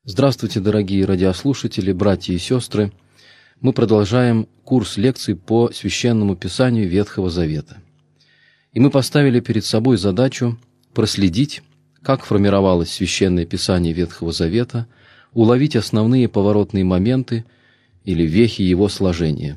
Здравствуйте, дорогие радиослушатели, братья и сестры. Мы продолжаем курс лекций по Священному Писанию Ветхого Завета. И мы поставили перед собой задачу проследить, как формировалось Священное Писание Ветхого Завета, уловить основные поворотные моменты или вехи его сложения.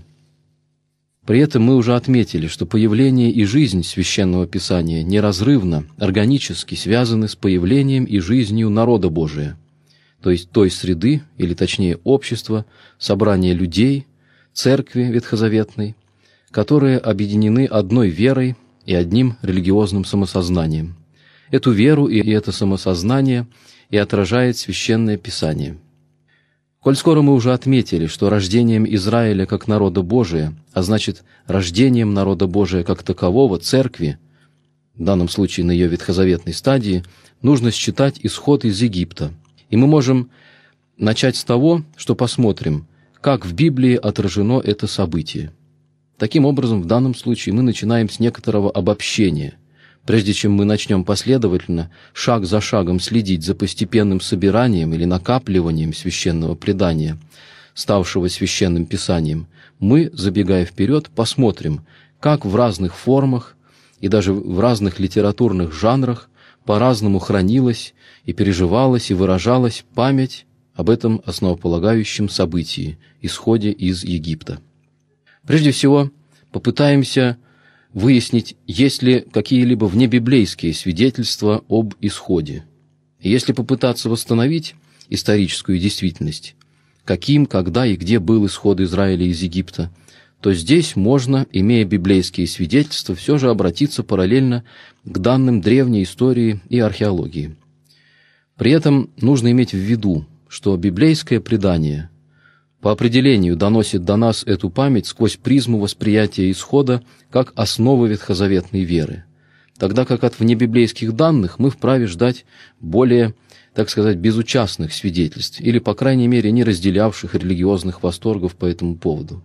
При этом мы уже отметили, что появление и жизнь Священного Писания неразрывно, органически связаны с появлением и жизнью народа Божия, то есть той среды, или точнее общества, собрания людей, церкви ветхозаветной, которые объединены одной верой и одним религиозным самосознанием. Эту веру и это самосознание и отражает Священное Писание. Коль скоро мы уже отметили, что рождением Израиля как народа Божия, а значит, рождением народа Божия как такового, церкви, в данном случае на ее ветхозаветной стадии, нужно считать исход из Египта. И мы можем начать с того, что посмотрим, как в Библии отражено это событие. Таким образом, в данном случае мы начинаем с некоторого обобщения, прежде чем мы начнем последовательно, шаг за шагом следить за постепенным собиранием или накапливанием священного предания, ставшего священным писанием. Мы, забегая вперед, посмотрим, как в разных формах и даже в разных литературных жанрах по-разному хранилась и переживалась и выражалась память об этом основополагающем событии – исходе из Египта. Прежде всего, попытаемся выяснить, есть ли какие-либо внебиблейские свидетельства об исходе. И если попытаться восстановить историческую действительность, каким, когда и где был исход Израиля из Египта, то здесь можно, имея библейские свидетельства, все же обратиться параллельно к данным древней истории и археологии. При этом нужно иметь в виду, что библейское предание по определению доносит до нас эту память сквозь призму восприятия исхода как основы ветхозаветной веры, тогда как от внебиблейских данных мы вправе ждать более, так сказать, безучастных свидетельств или, по крайней мере, не разделявших религиозных восторгов по этому поводу.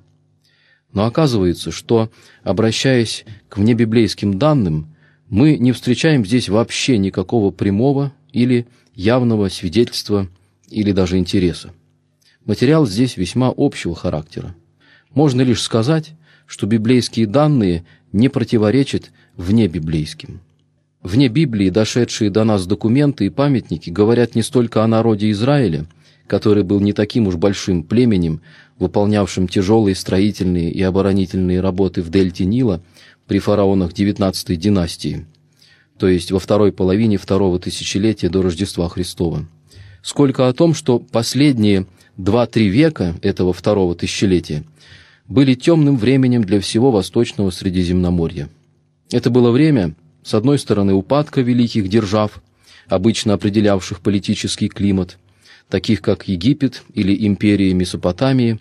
Но оказывается, что, обращаясь к внебиблейским данным, мы не встречаем здесь вообще никакого прямого или явного свидетельства или даже интереса. Материал здесь весьма общего характера. Можно лишь сказать, что библейские данные не противоречат внебиблейским. Вне Библии дошедшие до нас документы и памятники говорят не столько о народе Израиля, который был не таким уж большим племенем, выполнявшим тяжелые строительные и оборонительные работы в дельте Нила при фараонах XIX династии, то есть во второй половине второго тысячелетия до Рождества Христова, сколько о том, что последние 2-3 века этого второго тысячелетия были темным временем для всего Восточного Средиземноморья. Это было время, с одной стороны, упадка великих держав, обычно определявших политический климат, таких как Египет или империя Месопотамии,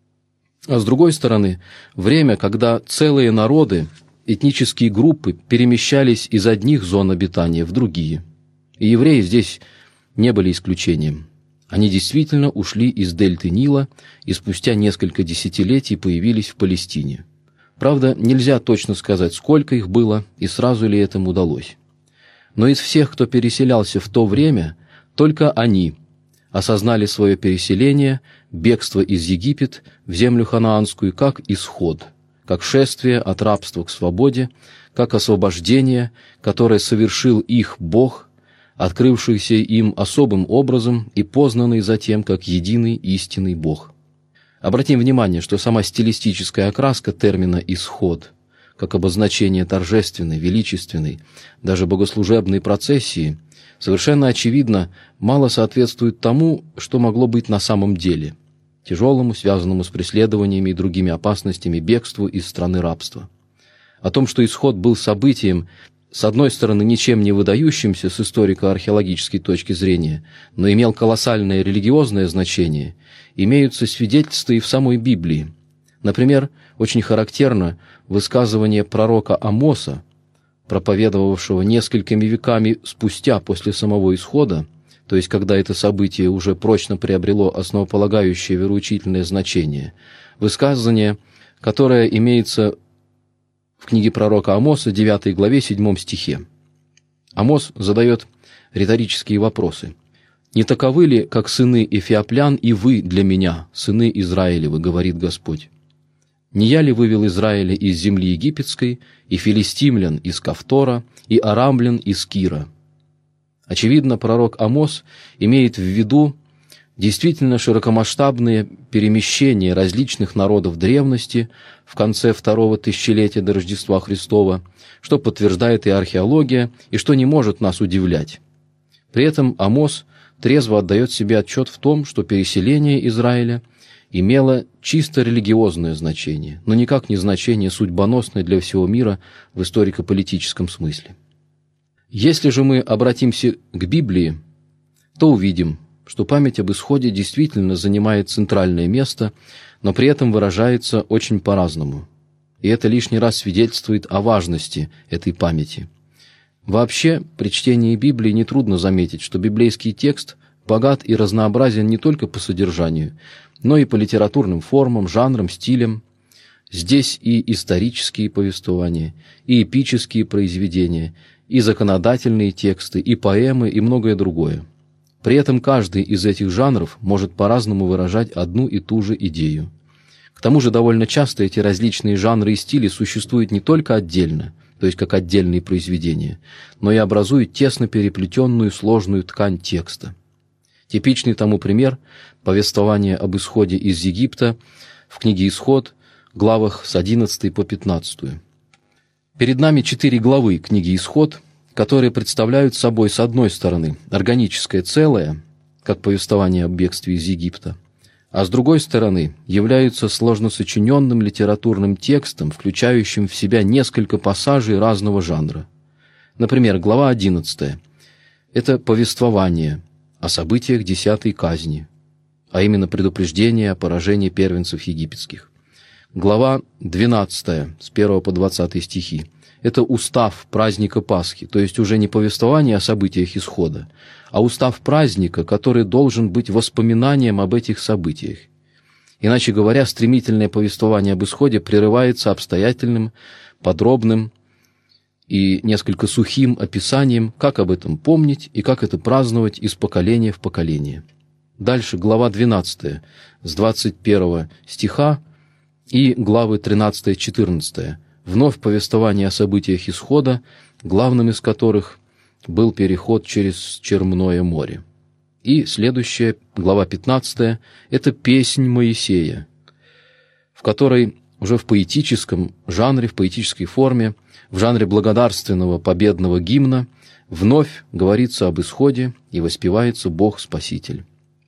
а с другой стороны, время, когда целые народы, этнические группы перемещались из одних зон обитания в другие. И евреи здесь не были исключением. Они действительно ушли из дельты Нила и спустя несколько десятилетий появились в Палестине. Правда, нельзя точно сказать, сколько их было и сразу ли это им удалось. Но из всех, кто переселялся в то время, только они осознали свое переселение, бегство из Египта в землю ханаанскую как исход, как шествие от рабства к свободе, как освобождение, которое совершил их Бог, открывшийся им особым образом и познанный затем как единый истинный Бог. Обратим внимание, что сама стилистическая окраска термина «исход», как обозначение торжественной, величественной, даже богослужебной процессии, совершенно очевидно мало соответствует тому, что могло быть на самом деле, тяжелому, связанному с преследованиями и другими опасностями бегству из страны рабства. О том, что исход был событием, с одной стороны, ничем не выдающимся с историко-археологической точки зрения, но имел колоссальное религиозное значение, имеются свидетельства и в самой Библии. Например, очень характерно высказывание пророка Амоса, проповедовавшего несколькими веками спустя после самого исхода, то есть когда это событие уже прочно приобрело основополагающее вероучительное значение, высказывание, которое имеется в книге пророка Амоса, 9 главе, 7 стихе. Амос задает риторические вопросы. Не таковы ли, как сыны эфиоплян, и вы для меня, сыны Израилевы, говорит Господь? Не я ли вывел Израиля из земли египетской, и филистимлян из Кавтора, и арамлян из Кира?» Очевидно, пророк Амос имеет в виду действительно широкомасштабные перемещения различных народов древности в конце второго тысячелетия до Рождества Христова, что подтверждает и археология, и что не может нас удивлять. При этом Амос трезво отдает себе отчет в том, что переселение Израиля имело чисто религиозное значение, но никак не значение судьбоносное для всего мира в историко-политическом смысле. Если же мы обратимся к Библии, то увидим, что память об исходе действительно занимает центральное место, но при этом выражается очень по-разному. И это лишний раз свидетельствует о важности этой памяти. Вообще, при чтении Библии нетрудно заметить, что библейский текст богат и разнообразен не только по содержанию, но и по литературным формам, жанрам, стилям. Здесь и исторические повествования, и эпические произведения, и законодательные тексты, и поэмы, и многое другое. При этом каждый из этих жанров может по-разному выражать одну и ту же идею. К тому же довольно часто эти различные жанры и стили существуют не только отдельно, то есть как отдельные произведения, но и образуют тесно переплетенную сложную ткань текста. Типичный тому пример – повествование об исходе из Египта в книге «Исход», главах с 11 по 15. Перед нами 4 главы книги «Исход», которые представляют собой, с одной стороны, органическое целое, как повествование об бегстве из Египта, а с другой стороны, являются сложно сочиненным литературным текстом, включающим в себя несколько пассажей разного жанра. Например, глава 11 – это повествование о событиях 10-й казни, а именно предупреждение о поражении первенцев египетских. Глава 12 с 1 по 20 стихи – это устав праздника Пасхи, то есть уже не повествование о событиях исхода, а устав праздника, который должен быть воспоминанием об этих событиях. Иначе говоря, стремительное повествование об исходе прерывается обстоятельным, подробным и несколько сухим описанием, как об этом помнить и как это праздновать из поколения в поколение. Дальше глава 12 с 21 стиха и главы 13-14. Вновь повествование о событиях исхода, главным из которых был переход через Черное море. И следующая, глава 15, это «Песнь Моисея», в которой уже в поэтическом жанре, в поэтической форме, в жанре благодарственного победного гимна вновь говорится об исходе и воспевается Бог-Спаситель.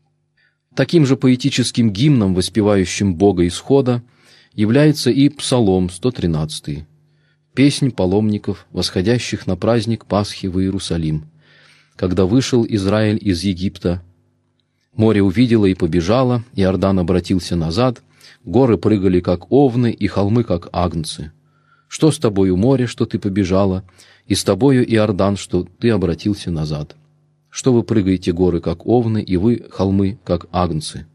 Таким же поэтическим гимном, воспевающим Бога исхода, является и Псалом 113, песнь паломников, восходящих на праздник Пасхи в Иерусалим. Когда вышел Израиль из Египта, море увидело и побежало, Иордан обратился назад, горы прыгали, как овны, и холмы, как агнцы. Что с тобою, море, что ты побежала, и с тобою, Иордан, что ты обратился назад? Что вы прыгаете, горы, как овны, и вы, холмы, как агнцы?»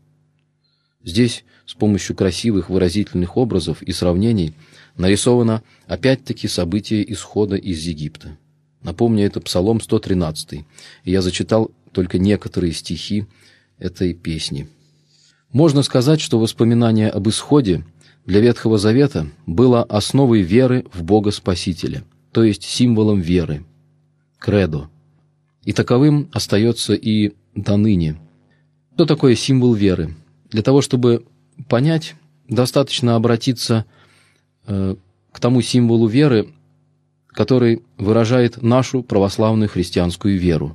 Здесь с помощью красивых выразительных образов и сравнений нарисовано опять-таки событие исхода из Египта. Напомню, это Псалом 113, и я зачитал только некоторые стихи этой песни. Можно сказать, что воспоминание об исходе для Ветхого Завета было основой веры в Бога Спасителя, то есть символом веры, кредо. И таковым остается и до ныне. Что такое символ веры? Для того, чтобы понять, достаточно обратиться к тому символу веры, который выражает нашу православную христианскую веру.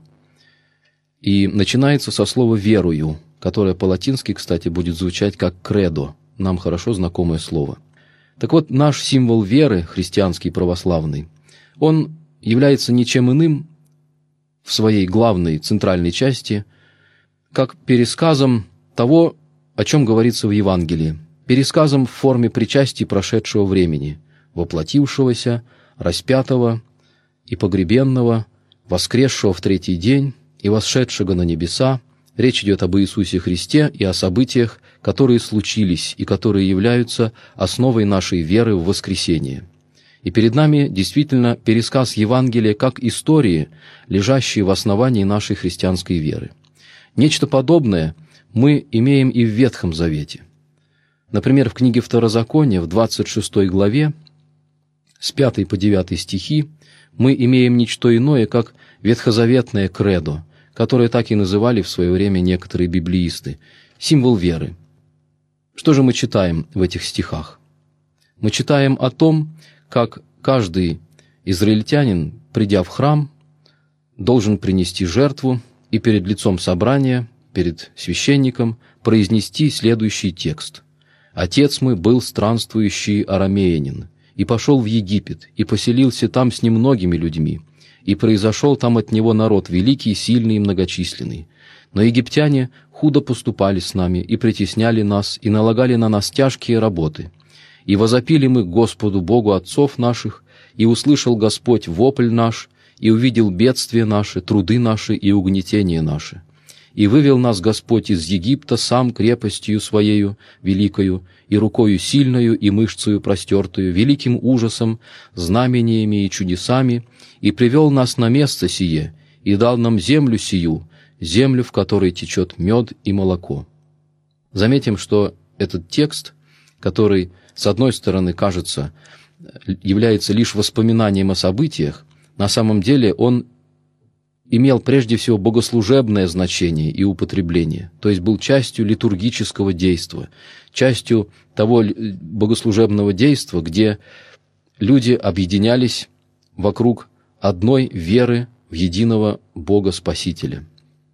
И начинается со слова «верую», которое по-латински, кстати, будет звучать как «кредо», нам хорошо знакомое слово. Так вот, наш символ веры, христианский православный, он является ничем иным в своей главной центральной части, как пересказом того, о чем говорится в Евангелии, пересказом в форме причастий прошедшего времени, воплотившегося, распятого и погребенного, воскресшего в третий день и восшедшего на небеса. Речь идет об Иисусе Христе и о событиях, которые случились и которые являются основой нашей веры в воскресение. И перед нами действительно пересказ Евангелия как истории, лежащие в основании нашей христианской веры. Нечто подобное мы имеем и в Ветхом Завете. Например, в книге Второзакония, в 26 главе, с 5 по 9 стихи, мы имеем ничто иное, как ветхозаветное кредо, которое так и называли в свое время некоторые библеисты, символ веры. Что же мы читаем в этих стихах? Мы читаем о том, как каждый израильтянин, придя в храм, должен принести жертву и перед лицом собрания, перед священником, произнести следующий текст. «Отец мой был странствующий арамеянин, и пошел в Египет, и поселился там с немногими людьми, и произошел там от него народ великий, сильный и многочисленный. Но египтяне худо поступали с нами, и притесняли нас, и налагали на нас тяжкие работы. И возопили мы к Господу Богу отцов наших, и услышал Господь вопль наш, и увидел бедствие наше, труды наши и угнетение наше. И вывел нас Господь из Египта сам крепостью Своею великою, и рукою сильною, и мышцею простертую, великим ужасом, знамениями и чудесами, и привел нас на место сие, и дал нам землю сию, землю, в которой течет мед и молоко». Заметим, что этот текст, который, с одной стороны, кажется, является лишь воспоминанием о событиях, на самом деле он имел прежде всего богослужебное значение и употребление, то есть был частью литургического действа, частью того богослужебного действа, где люди объединялись вокруг одной веры в единого Бога-Спасителя.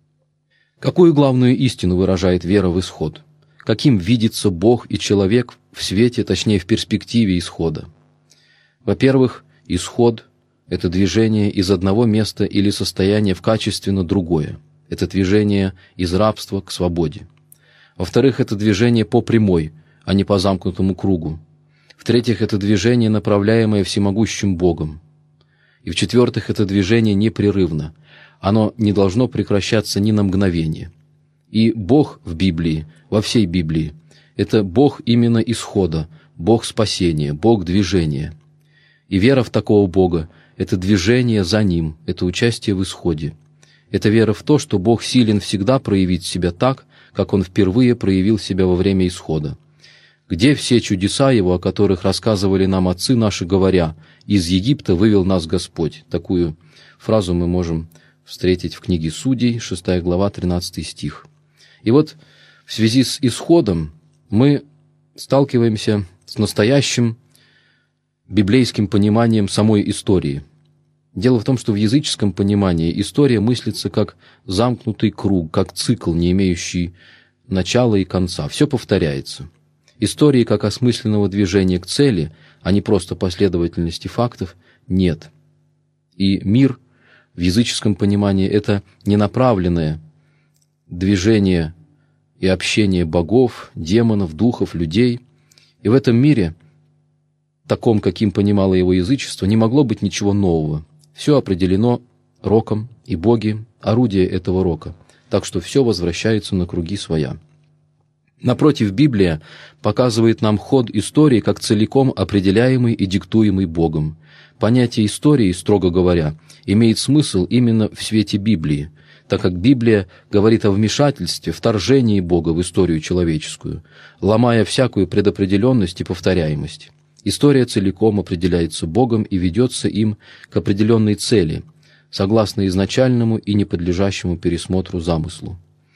Какую главную истину выражает вера в исход? Каким видится Бог и человек в свете, точнее в перспективе исхода? Во-первых, исход – это движение из одного места или состояния в качественно другое. Это движение из рабства к свободе. Во-вторых, это движение по прямой, а не по замкнутому кругу. В-третьих, это движение, направляемое всемогущим Богом. И в-четвертых, это движение непрерывно. Оно не должно прекращаться ни на мгновение. И Бог в Библии, во всей Библии, это Бог именно исхода, Бог спасения, Бог движения. И вера в такого Бога – это движение за Ним, это участие в исходе. Это вера в то, что Бог силен всегда проявить себя так, как Он впервые проявил себя во время исхода. Где все чудеса Его, о которых рассказывали нам отцы наши, говоря: «Из Египта вывел нас Господь». Такую фразу мы можем встретить в книге Судей, 6 глава, 13 стих. И вот в связи с исходом мы сталкиваемся с настоящим библейским пониманием самой истории. Дело в том, что в языческом понимании история мыслится как замкнутый круг, как цикл, не имеющий начала и конца. Все повторяется. Истории как осмысленного движения к цели, а не просто последовательности фактов, нет. И мир в языческом понимании – это ненаправленное движение и общение богов, демонов, духов, людей. И в этом мире, таком, каким понимало его язычество, не могло быть ничего нового. Все определено роком, и боги – орудие этого рока. Так что все возвращается на круги своя. Напротив, Библия показывает нам ход истории как целиком определяемый и диктуемый Богом. Понятие истории, строго говоря, имеет смысл именно в свете Библии, так как Библия говорит о вмешательстве, вторжении Бога в историю человеческую, ломая всякую предопределенность и повторяемость. История целиком определяется Богом и ведется им к определенной цели, согласно изначальному и неподлежащему пересмотру замыслу.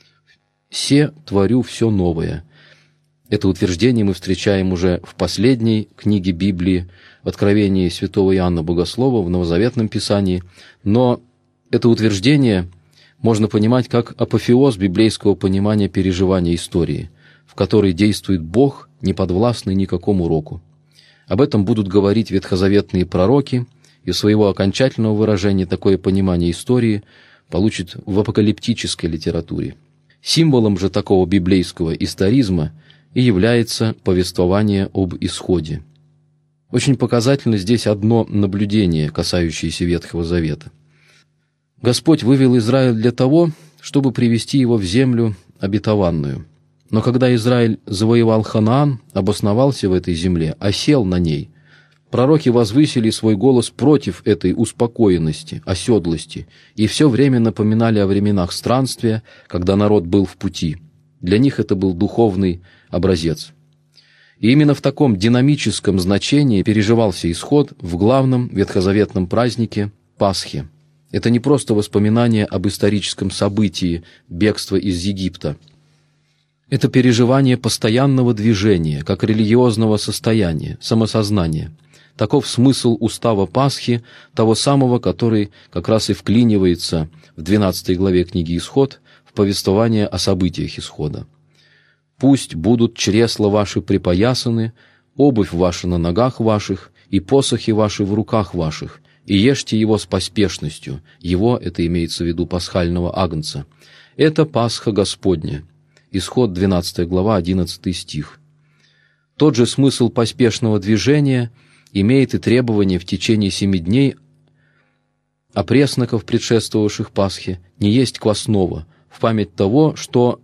«Се творю все новое». Это утверждение мы встречаем уже в последней книге Библии, в Откровении святого Иоанна Богослова, в Новозаветном Писании, но это утверждение можно понимать как апофеоз библейского понимания переживания истории, в которой действует Бог, не подвластный никакому року. Об этом будут говорить ветхозаветные пророки, и своего окончательного выражения такое понимание истории получит в апокалиптической литературе. Символом же такого библейского историзма и является повествование об исходе. Очень показательно здесь одно наблюдение, касающееся Ветхого Завета. Господь вывел Израиль для того, чтобы привести его в землю обетованную. Но когда Израиль завоевал Ханаан, обосновался в этой земле, осел на ней, Пророки возвысили свой голос против этой успокоенности, оседлости, и все время напоминали о временах странствия, когда народ был в пути. Для них это был духовный образец. И именно в таком динамическом значении переживался исход в главном ветхозаветном празднике Пасхе. Это не просто воспоминание об историческом событии бегства из Египта. Это переживание постоянного движения, как религиозного состояния, самосознания. Таков смысл устава Пасхи, того самого, который как раз и вклинивается в 12 главе книги «Исход» в повествование о событиях Исхода. «Пусть будут чресла ваши припоясаны, обувь ваша на ногах ваших, и посохи ваши в руках ваших, и ешьте его с поспешностью». Его, это имеется в виду пасхального агнца. Это Пасха Господня. Исход 12 глава, 11 стих. Тот же смысл поспешного движения имеет и требование в течение 7 дней опресноков, предшествовавших Пасхе, не есть квасного, в память того, что,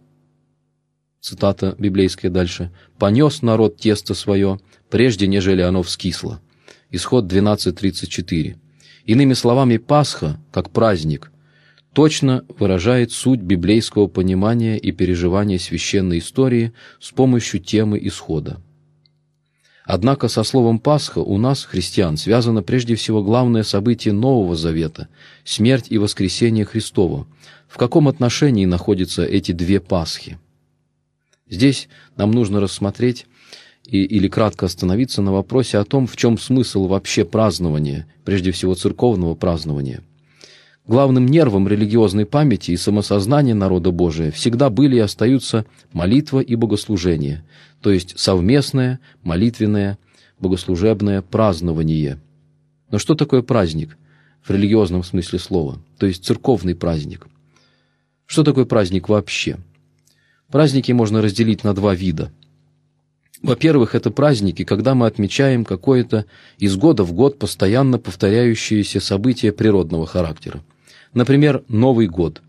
цитата библейская дальше, «понес народ тесто свое, прежде нежели оно вскисло». Исход 12:34. Иными словами, Пасха, как праздник, точно выражает суть библейского понимания и переживания священной истории с помощью темы Исхода. Однако со словом «Пасха» у нас, христиан, связано прежде всего главное событие Нового Завета – смерть и воскресение Христово. В каком отношении находятся эти две Пасхи? Здесь нам нужно рассмотреть или кратко остановиться на вопросе о том, в чем смысл вообще празднования, прежде всего церковного празднования. Главным нервом религиозной памяти и самосознания народа Божия всегда были и остаются молитва и богослужение, то есть совместное молитвенное богослужебное празднование. Но что такое праздник в религиозном смысле слова, то есть церковный праздник? Что такое праздник вообще? Праздники можно разделить на два вида. Во-первых, это праздники, когда мы отмечаем какое-то из года в год постоянно повторяющееся событие природного характера. Например, Новый год.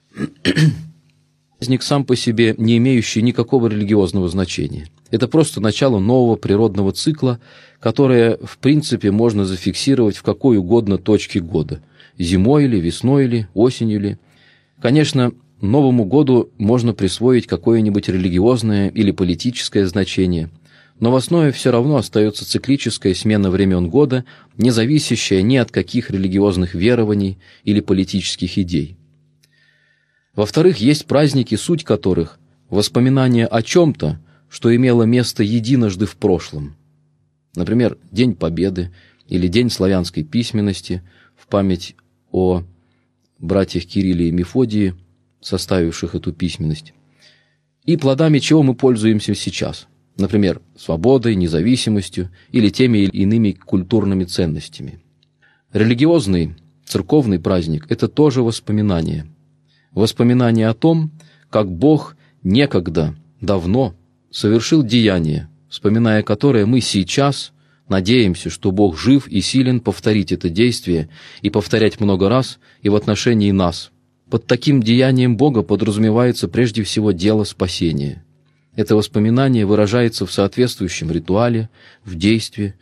Праздник сам по себе не имеющий никакого религиозного значения. Это просто начало нового природного цикла, которое, в принципе, можно зафиксировать в какой угодно точке года. Зимой или весной или осенью или. Конечно, Новому году можно присвоить какое-нибудь религиозное или политическое значение, но в основе все равно остается циклическая смена времен года, не зависящая ни от каких религиозных верований или политических идей. Во-вторых, есть праздники, суть которых – воспоминания о чем-то, что имело место единожды в прошлом. Например, День Победы или День славянской письменности в память о братьях Кирилле и Мефодии, составивших эту письменность, и плодами чего мы пользуемся сейчас, например, свободой, независимостью или теми или иными культурными ценностями. Религиозный, церковный праздник – это тоже воспоминание. Воспоминание о том, как Бог некогда, давно совершил деяние, вспоминая которое мы сейчас надеемся, что Бог жив и силен повторить это действие и повторять много раз и в отношении нас. Под таким деянием Бога подразумевается прежде всего дело спасения. Это воспоминание выражается в соответствующем ритуале, в действии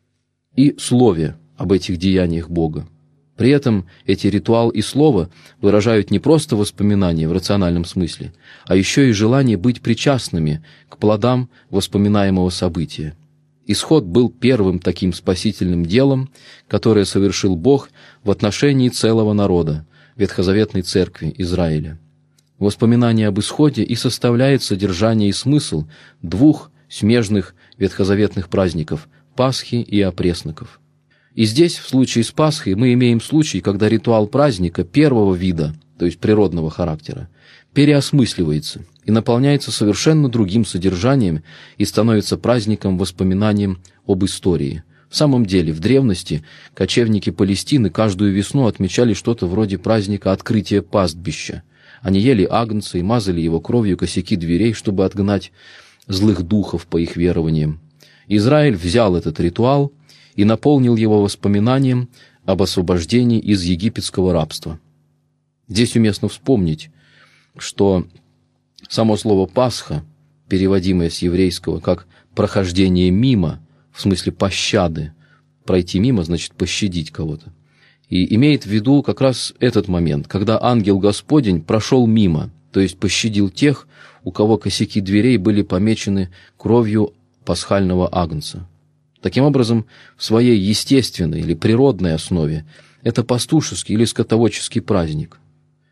и слове об этих деяниях Бога. При этом эти ритуал и слово выражают не просто воспоминания в рациональном смысле, а еще и желание быть причастными к плодам воспоминаемого события. Исход был первым таким спасительным делом, которое совершил Бог в отношении целого народа, Ветхозаветной Церкви Израиля. Воспоминание об Исходе и составляет содержание и смысл двух смежных ветхозаветных праздников – Пасхи и опресноков. И здесь, в случае с Пасхой, мы имеем случай, когда ритуал праздника первого вида, то есть природного характера, переосмысливается и наполняется совершенно другим содержанием и становится праздником, воспоминанием об истории. В самом деле, в древности кочевники Палестины каждую весну отмечали что-то вроде праздника открытия пастбища. Они ели агнца и мазали его кровью косяки дверей, чтобы отгнать злых духов по их верованиям. Израиль взял этот ритуал и наполнил его воспоминанием об освобождении из египетского рабства. Здесь уместно вспомнить, что само слово «Пасха», переводимое с еврейского как «прохождение мимо», в смысле пощады, пройти мимо, значит пощадить кого-то. И имеет в виду как раз этот момент, когда ангел Господень прошел мимо, то есть пощадил тех, у кого косяки дверей были помечены кровью пасхального агнца. Таким образом, в своей естественной или природной основе это пастушеский или скотоводческий праздник.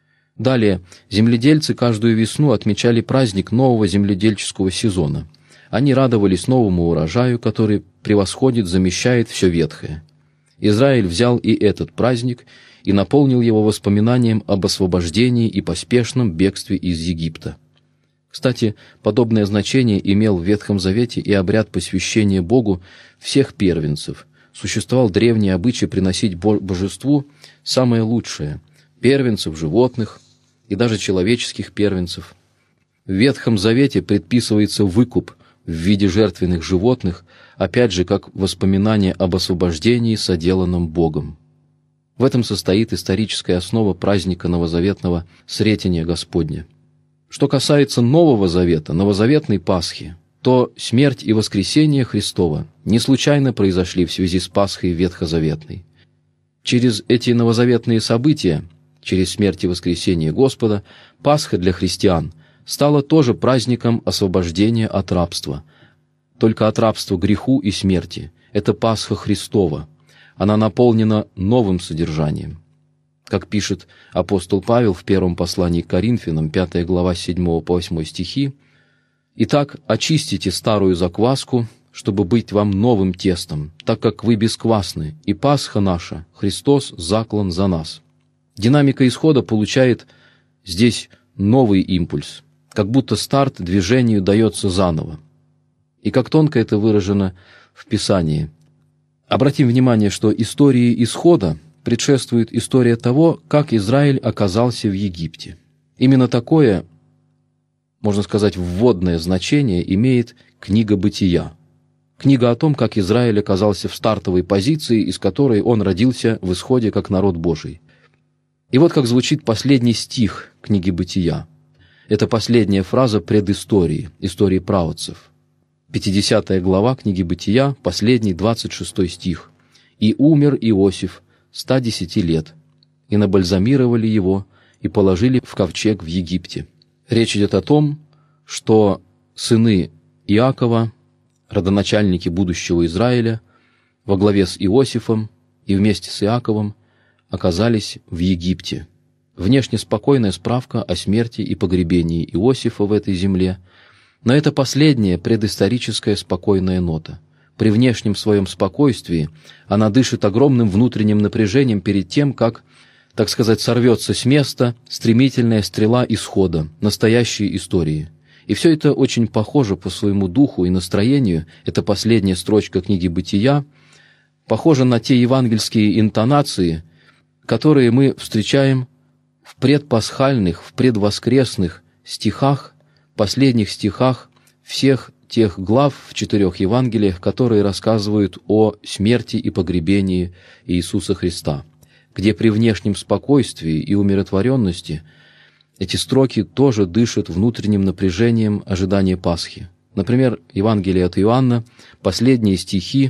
Далее, земледельцы каждую весну отмечали праздник нового земледельческого сезона. Они радовались новому урожаю, который превосходит, замещает все ветхое. Израиль взял и этот праздник и наполнил его воспоминанием об освобождении и поспешном бегстве из Египта. Кстати, подобное значение имел в Ветхом Завете и обряд посвящения Богу всех первенцев. Существовал древний обычай приносить божеству самое лучшее – первенцев животных и даже человеческих первенцев. В Ветхом Завете предписывается выкуп в виде жертвенных животных, опять же, как воспоминание об освобождении, соделанном Богом. В этом состоит историческая основа праздника новозаветного Сретения Господня. Что касается Нового Завета, новозаветной Пасхи, то смерть и воскресение Христова не случайно произошли в связи с Пасхой ветхозаветной. Через эти новозаветные события, через смерть и воскресение Господа, Пасха для христиан стала тоже праздником освобождения от рабства. Только от рабства греху и смерти. Это Пасха Христова. Она наполнена новым содержанием. Как пишет апостол Павел в первом послании к Коринфянам, 5 глава 7 по 8 стихи, «Итак, очистите старую закваску, чтобы быть вам новым тестом, так как вы бесквасны, и Пасха наша, Христос, заклан за нас». Динамика исхода получает здесь новый импульс, как будто старт движению дается заново. И как тонко это выражено в Писании. Обратим внимание, что истории исхода предшествует история того, как Израиль оказался в Египте. Именно такое, можно сказать, вводное значение имеет книга «Бытия». Книга о том, как Израиль оказался в стартовой позиции, из которой он родился в исходе как народ Божий. И вот как звучит последний стих книги «Бытия». Это последняя фраза предыстории, истории праотцев. 50 глава книги «Бытия», последний 26 стих. «И умер Иосиф 110 лет, и набальзамировали его, и положили в ковчег в Египте». Речь идет о том, что сыны Иакова, родоначальники будущего Израиля, во главе с Иосифом и вместе с Иаковом оказались в Египте. Внешне спокойная справка о смерти и погребении Иосифа в этой земле, но это последняя предысторическая спокойная нота. При внешнем своем спокойствии она дышит огромным внутренним напряжением перед тем, как, так сказать, сорвется с места стремительная стрела исхода, настоящей истории. И все это очень похоже по своему духу и настроению, это последняя строчка книги «Бытия», похоже на те евангельские интонации, которые мы встречаем в предпасхальных, в предвоскресных стихах, последних стихах всех тех глав в 4 Евангелиях, которые рассказывают о смерти и погребении Иисуса Христа, где при внешнем спокойствии и умиротворенности эти строки тоже дышат внутренним напряжением ожидания Пасхи. Например, Евангелие от Иоанна, последние стихи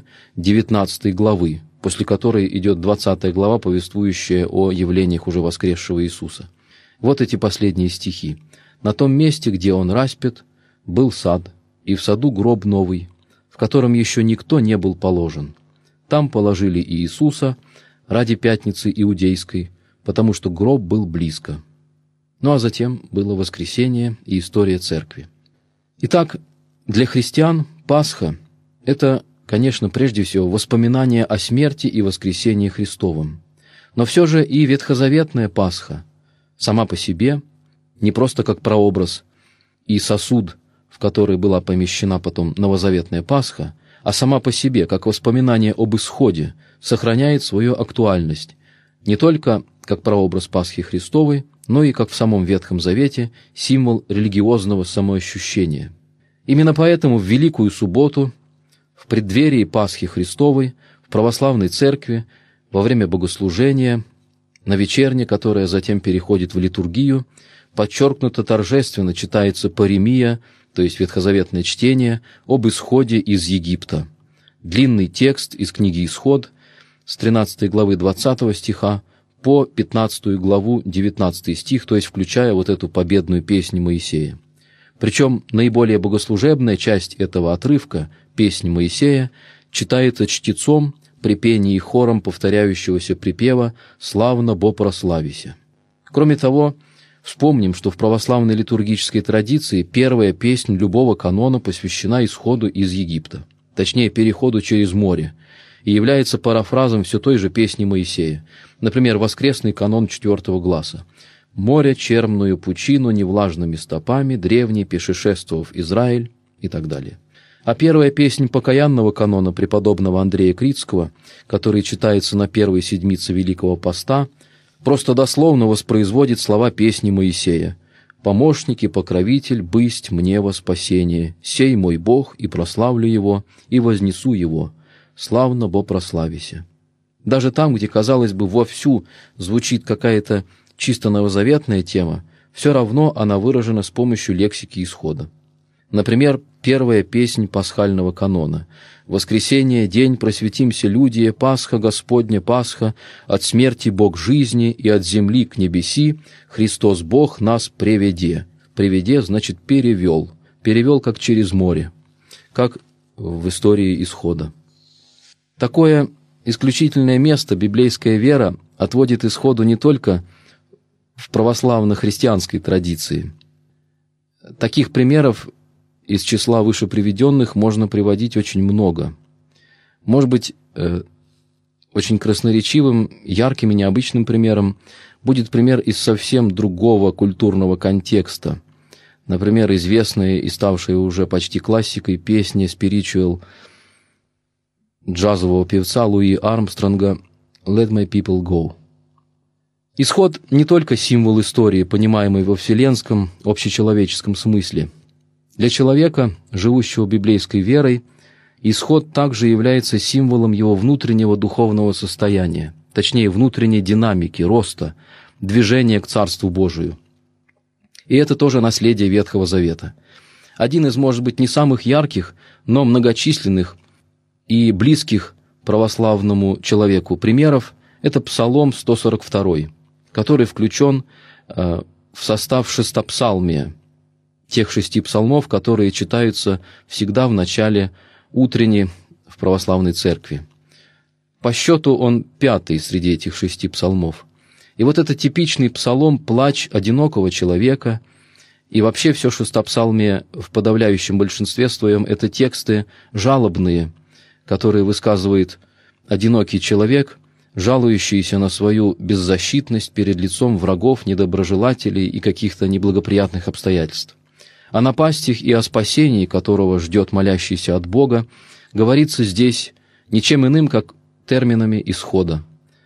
19 главы, после которой идет 20 глава, повествующая о явлениях уже воскресшего Иисуса. Вот эти последние стихи. «На том месте, где он распят, был сад, и в саду гроб новый, в котором еще никто не был положен. Там положили Иисуса ради Пятницы Иудейской, потому что гроб был близко». Ну а затем было воскресение и история церкви. Итак, для христиан Пасха – это, конечно, прежде всего воспоминание о смерти и воскресении Христовом. Но все же и ветхозаветная Пасха сама по себе, не просто как прообраз и сосуд, в который была помещена потом новозаветная Пасха, а сама по себе, как воспоминание об исходе, сохраняет свою актуальность, не только как прообраз Пасхи Христовой, но и, как в самом Ветхом Завете, символ религиозного самоощущения. Именно поэтому в Великую Субботу, в преддверии Пасхи Христовой, в православной церкви, во время богослужения, на вечерне, которое затем переходит в литургию, подчеркнуто торжественно читается паремия, то есть ветхозаветное чтение, об исходе из Египта. Длинный текст из книги «Исход», с 13 главы 20 стиха по 15 главу 19 стих, то есть включая вот эту победную песню Моисея. Причем наиболее богослужебная часть этого отрывка, песни Моисея, читается чтецом при пении и хором повторяющегося припева «Славно бо прославися». Кроме того, вспомним, что в православной литургической традиции первая песнь любого канона посвящена исходу из Египта, точнее, переходу через море, и является парафразом все той же песни Моисея. Например, воскресный канон 4 гласа. «Море черную пучину невлажными стопами, древний пешешествовав Израиль» и так далее. А первая песнь покаянного канона преподобного Андрея Критского, который читается на первой седмице Великого Поста, просто дословно воспроизводит слова песни Моисея: «Помощник и покровитель бысть мне во спасение, сей мой Бог, и прославлю Его, и вознесу Его, славно бо прославися». Даже там, где, казалось бы, вовсю звучит какая-то чисто новозаветная тема, все равно она выражена с помощью лексики исхода. Например, первая песнь пасхального канона: «Воскресение, день, просветимся люди, Пасха, Господня Пасха, от смерти Бог жизни и от земли к небеси, Христос Бог нас преведе». «Преведе» значит перевел, перевел как через море, как в истории исхода. Такое исключительное место библейская вера отводит исходу не только в православно-христианской традиции. Таких примеров из числа вышеприведенных можно приводить очень много. Может быть, очень красноречивым, ярким и необычным примером будет пример из совсем другого культурного контекста. Например, известная и ставшая уже почти классикой песня «Spiritual» джазового певца Луи Армстронга «Let my people go». Исход не только символ истории, понимаемый во вселенском, общечеловеческом смысле. Для человека, живущего библейской верой, исход также является символом его внутреннего духовного состояния, точнее, внутренней динамики, роста, движения к Царству Божию. И это тоже наследие Ветхого Завета. Один из, может быть, не самых ярких, но многочисленных и близких православному человеку примеров – это Псалом 142, который включен в состав шестопсалмия, тех 6 псалмов, которые читаются всегда в начале утренней в православной церкви. По счету он 5-й среди этих 6 псалмов. И вот это типичный псалом «Плач одинокого человека», и вообще все шестопсалмие в подавляющем большинстве своем – это тексты жалобные, которые высказывает одинокий человек, жалующийся на свою беззащитность перед лицом врагов, недоброжелателей и каких-то неблагоприятных обстоятельств. О напастях и о спасении, которого ждет молящийся от Бога, говорится здесь ничем иным, как терминами исхода.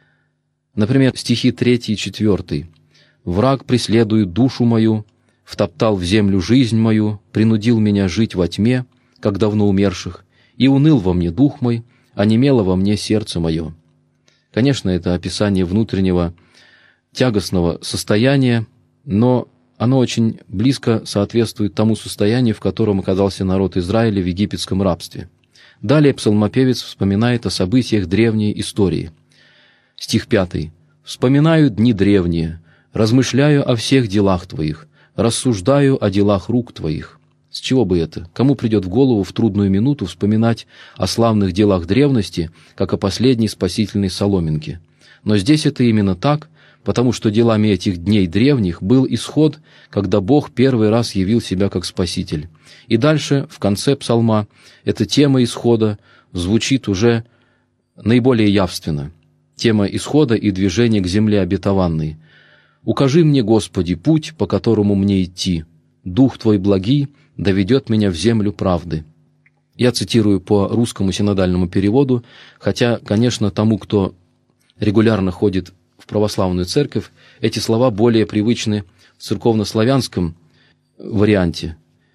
Например, стихи 3 и 4. «Враг преследует душу мою, втоптал в землю жизнь мою, принудил меня жить во тьме, как давно умерших, и уныл во мне дух мой, онемело во мне сердце мое». Конечно, это описание внутреннего тягостного состояния, но оно очень близко соответствует тому состоянию, в котором оказался народ Израиля в египетском рабстве. Далее псалмопевец вспоминает о событиях древней истории. Стих 5. «Вспоминаю дни древние, размышляю о всех делах Твоих, рассуждаю о делах рук Твоих». С чего бы это? Кому придет в голову в трудную минуту вспоминать о славных делах древности, как о последней спасительной соломинке? Но здесь это именно так, потому что делами этих дней древних был исход, когда Бог первый раз явил себя как Спаситель. И дальше, в конце псалма, эта тема исхода звучит уже наиболее явственно. Тема исхода и движения к земле обетованной. «Укажи мне, Господи, путь, по которому мне идти. Дух Твой благий доведет меня в землю правды». Я цитирую по русскому синодальному переводу, хотя, конечно, тому, кто регулярно ходит в православную церковь, эти слова более привычны в церковно-славянском варианте.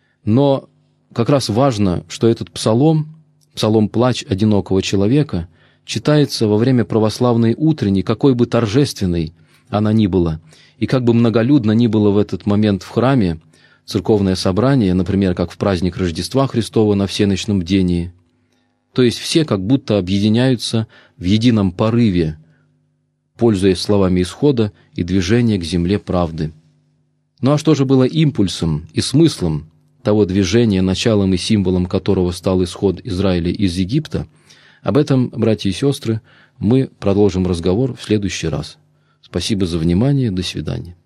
Но как раз важно, что этот псалом «Плач одинокого человека», читается во время православной утренней, какой бы торжественной она ни была, и как бы многолюдно ни было в этот момент в храме, церковное собрание, например, как в праздник Рождества Христова на всеночном бдении. То есть все как будто объединяются в едином порыве, пользуясь словами исхода и движения к земле правды. Ну а что же было импульсом и смыслом того движения, началом и символом которого стал исход Израиля из Египта, об этом, братья и сестры, мы продолжим разговор в следующий раз. Спасибо за внимание. До свидания.